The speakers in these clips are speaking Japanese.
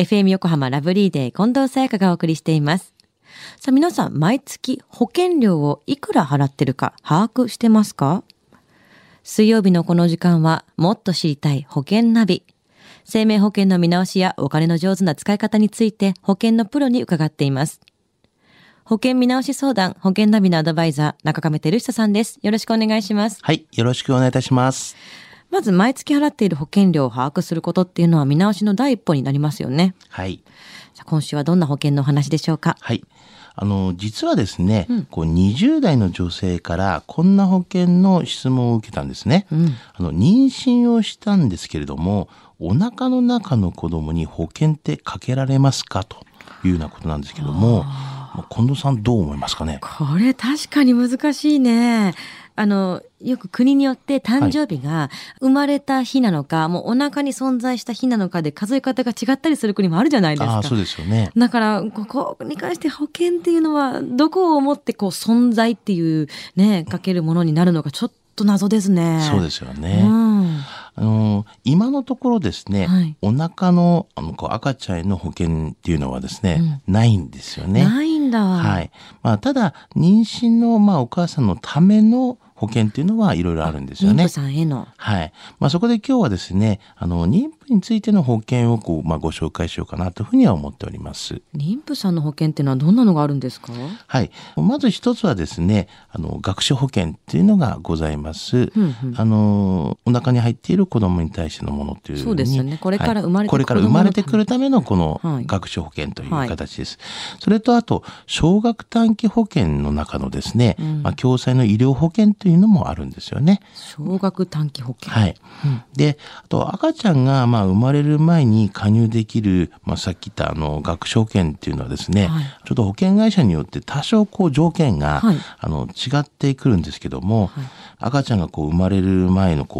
FM 横浜ラブリーデー近藤沙耶香がお送りしています。さあ皆さん、毎月保険料をいくら払ってるか把握してますか？水曜日のこの時間はもっと知りたい保険ナビ。生命保険の見直しやお金の上手な使い方について保険のプロに伺っています。保険見直し相談、保険ナビのアドバイザー、中亀照久さんです。よろしくお願いします。 はい、よろしくお願いいたします。 まず毎月払っている保険料を把握することっていうのは見直しの第一歩になりますよね。 はい。 さあ今週はどんな保険のお話でしょうか？ はい。実はですね、20代の女性からこんな保険の質問を受けたんですね。妊娠をしたんですけれども、お腹の中の子供に保険ってかけられますかというようなことなんですけども、近藤さんどう思いますかね？ これ確かに難しいね。よく国によって誕生日が生まれた日なのか、もうお腹に存在した日なのかで数え方が違ったりする国もあるじゃないですか。 そうですよね。 だからここに関して保険っていうのはどこをもってこう存在っていうねかけるものになるのかちょっと謎ですね。 そうですよね。今のところですね、お腹の赤ちゃんへの保険っていうのはですね、ないんですよね。 ないんだ。 はい。ただ妊娠のお母さんのための保険っていうのはいろいろあるんですよね。 妊婦さんへの。 はい。そこで今日はですね、妊婦についての保険をご紹介しようかなというふうには思っております。 妊婦さんの保険っていうのはどんなのがあるんですか？ はい。まず一つはですね、学習保険っていうのがございます。お腹に入っている子供に対してのものっていうそうですよね。これから生まれてこれから生まれてくるためのこの学習保険という形です。それとあと、小学短期保険の中のですね、共済の医療保険というのもあるんですよね。 小学短期保険。 はい。で、あと赤ちゃんが生まれる前に加入できる、さっき言った学習保険っていうのはですね、ちょっと保険会社によって多少条件が、違ってくるんですけども、赤ちゃんが生まれる前の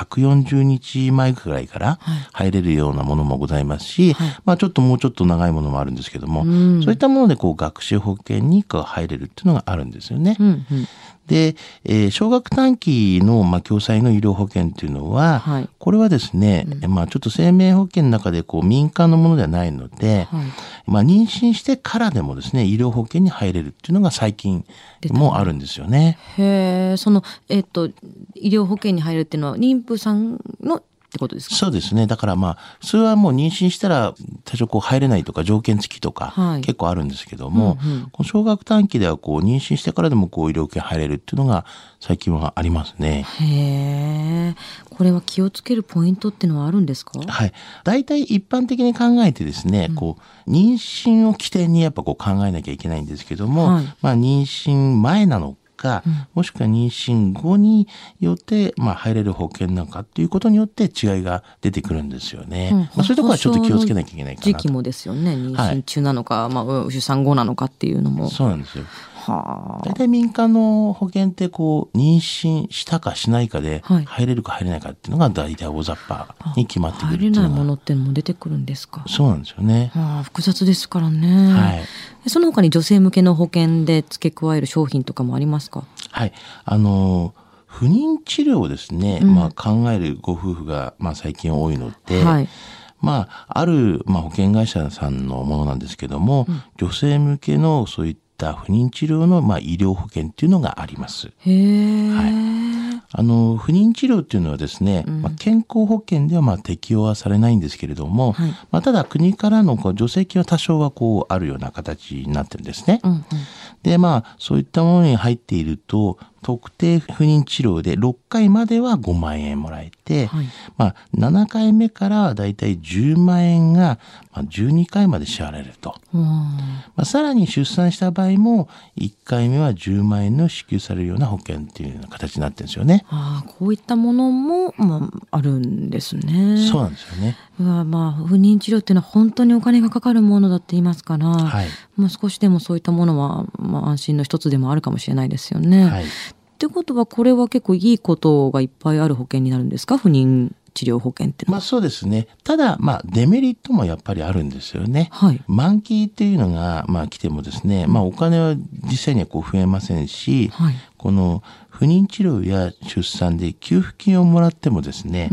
140日前くらいから入れるようなものもございますし、ちょっともうちょっと長いものもあるんですけども、そういったもので学習保険に入れるっていうのがあるんですよね。で、小学短期の共済の医療保険っていうのは、これはですね、ちょっと生命保険の中で民間のものではないので、妊娠してからでもですね、医療保険に入れるっていうのが最近もあるんですよね。 へえ、医療保険に入るっていうのは妊婦さんのってことですか？ そうですね。だから普通はもう妊娠したら多少入れないとか条件付きとか結構あるんですけども、この小学短期では妊娠してからでも医療保険入れるっていうのが最近はありますね。 へえ。これは気をつけるポイントっていうのはあるんですか？ はい。大体一般的に考えてですね、妊娠を起点にやっぱ考えなきゃいけないんですけども、妊娠前なのか、もしくは妊娠後によって入れる保険なのかっていうことによって違いが出てくるんですよね。そういうところはちょっと気をつけなきゃいけないかなと。 時期もですよね。妊娠中なのか、出産後なのかっていうのも。 そうなんですよ。大体民間の保険って妊娠したかしないかで入れるか入れないかっていうのが大体大雑把に決まってくるっていうのが。 入れないものっていうのも出てくるんですか？ そうなんですよね。 複雑ですからね。その他に女性向けの保険で付け加える商品とかもありますか？ はい。不妊治療をですね、考えるご夫婦が最近多いので、ある保険会社さんのものなんですけども、女性向けのそういった不妊治療の医療保険っていうのがあります。 へー。 不妊治療っていうのはですね、健康保険では適用はされないんですけれども、ただ国からの助成金は多少はあるような形になってるんですね。でそういったものに入っていると特定不妊治療で6回までは5万円もらえて、7回目からだいたい10万円が12回まで支払えると。さらに出産した場合も1回目は10万円の支給されるような保険っていうような形になってるんですよね。 こういったものも、あるんですね。 そうなんですよね。 不妊治療っていうのは本当にお金がかかるものだって言いますから、少しでもそういったものは、安心の一つでもあるかもしれないですよね。ってことはこれは結構いいことがいっぱいある保険になるんですか？不妊治療保険ってのは。 そうですね。ただデメリットもやっぱりあるんですよね。満期っていうのが来てもですね、お金は実際には増えませんし、この不妊治療や出産で給付金をもらってもですね、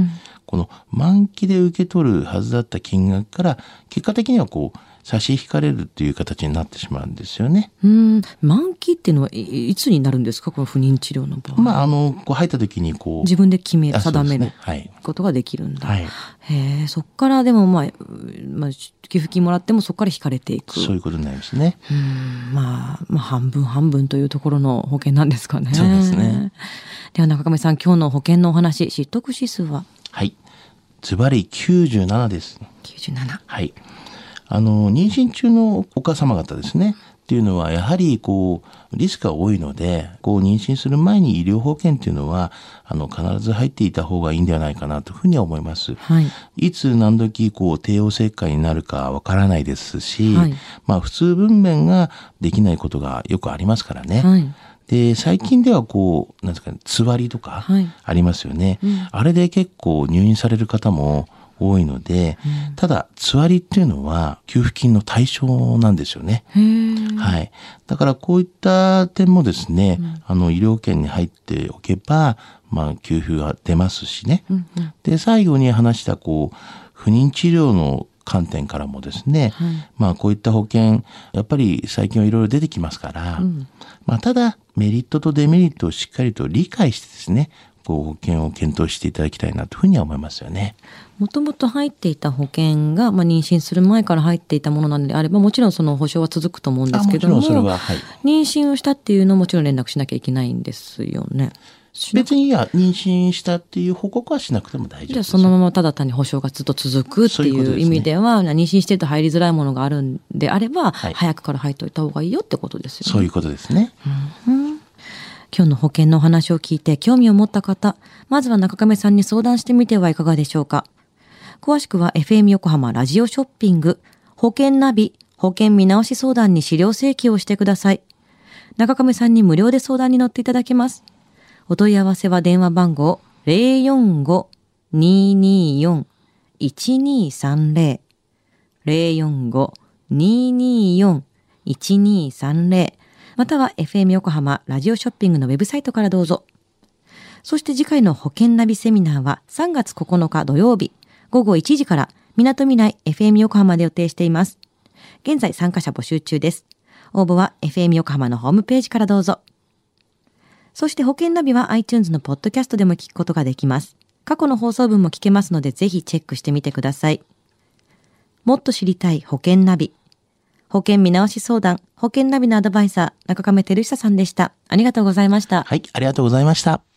この満期で受け取るはずだった金額から結果的には差し引かれるっていう形になってしまうんですよね。 満期っていうのはいつになるんですか、この不妊治療の場合。 入った時に自分で定めることができるんだ。そっからでも給付金もらってもそこから引かれていく。 そういうことになりますね。 半分半分というところの保険なんですかね。 そうですね。 では中亀さん、今日の保険のお話、知得指数は？ はい。ズバリ97です。 97。 はい。妊娠中のお母様方ですね。っていうのはやはりリスクが多いので、妊娠する前に医療保険っていうのは必ず入っていた方がいいんではないかなというふうには思います。いつ何時帝王切開になるかわからないですし、普通分娩ができないことがよくありますからね。で、最近ではなんですかね、つわりとかありますよね。あれで結構入院される方も多いので、ただつわりっていうのは給付金の対象なんですよね。だからこういった点もですね、医療圏に入っておけば給付が出ますしね。で、最後に話した不妊治療の観点からもですね、こういった保険やっぱり最近はいろいろ出てきますから、ただメリットとデメリットをしっかりと理解してですね、保険を検討していただきたいなというふうには思いますよね。 もともと入っていた保険が、妊娠する前から入っていたものなのであれば、もちろんその保証は続くと思うんですけども、 もちろんそれは、 妊娠をしたっていうのももちろん連絡しなきゃいけないんですよね。 別に妊娠したっていう報告はしなくても大丈夫です。 じゃあそのままただ単に保証がずっと続くっていう意味では、妊娠してると入りづらいものがあるんであれば、早くから入っておいた方がいいよってことですよね。 そういうことですね。 今日の保険のお話を聞いて興味を持った方、まずは中亀さんに相談してみてはいかがでしょうか。詳しくは FM 横浜ラジオショッピング保険ナビ保険見直し相談に資料請求をしてください。中亀さんに無料で相談に乗っていただけます。お問い合わせは電話番号 045-224-1230 045-224-1230または FM 横浜ラジオショッピングのウェブサイトからどうぞ。そして次回の保険ナビセミナーは3月9日土曜日午後1時からみなとみらい FM 横浜で予定しています。現在参加者募集中です。応募は FM 横浜のホームページからどうぞ。そして保険ナビは iTunes のポッドキャストでも聞くことができます。過去の放送分も聞けますのでぜひチェックしてみてください。もっと知りたい保険ナビ。保険見直し相談、保険ナビのアドバイザー、中亀照久さんでした。ありがとうございました。 はい、ありがとうございました。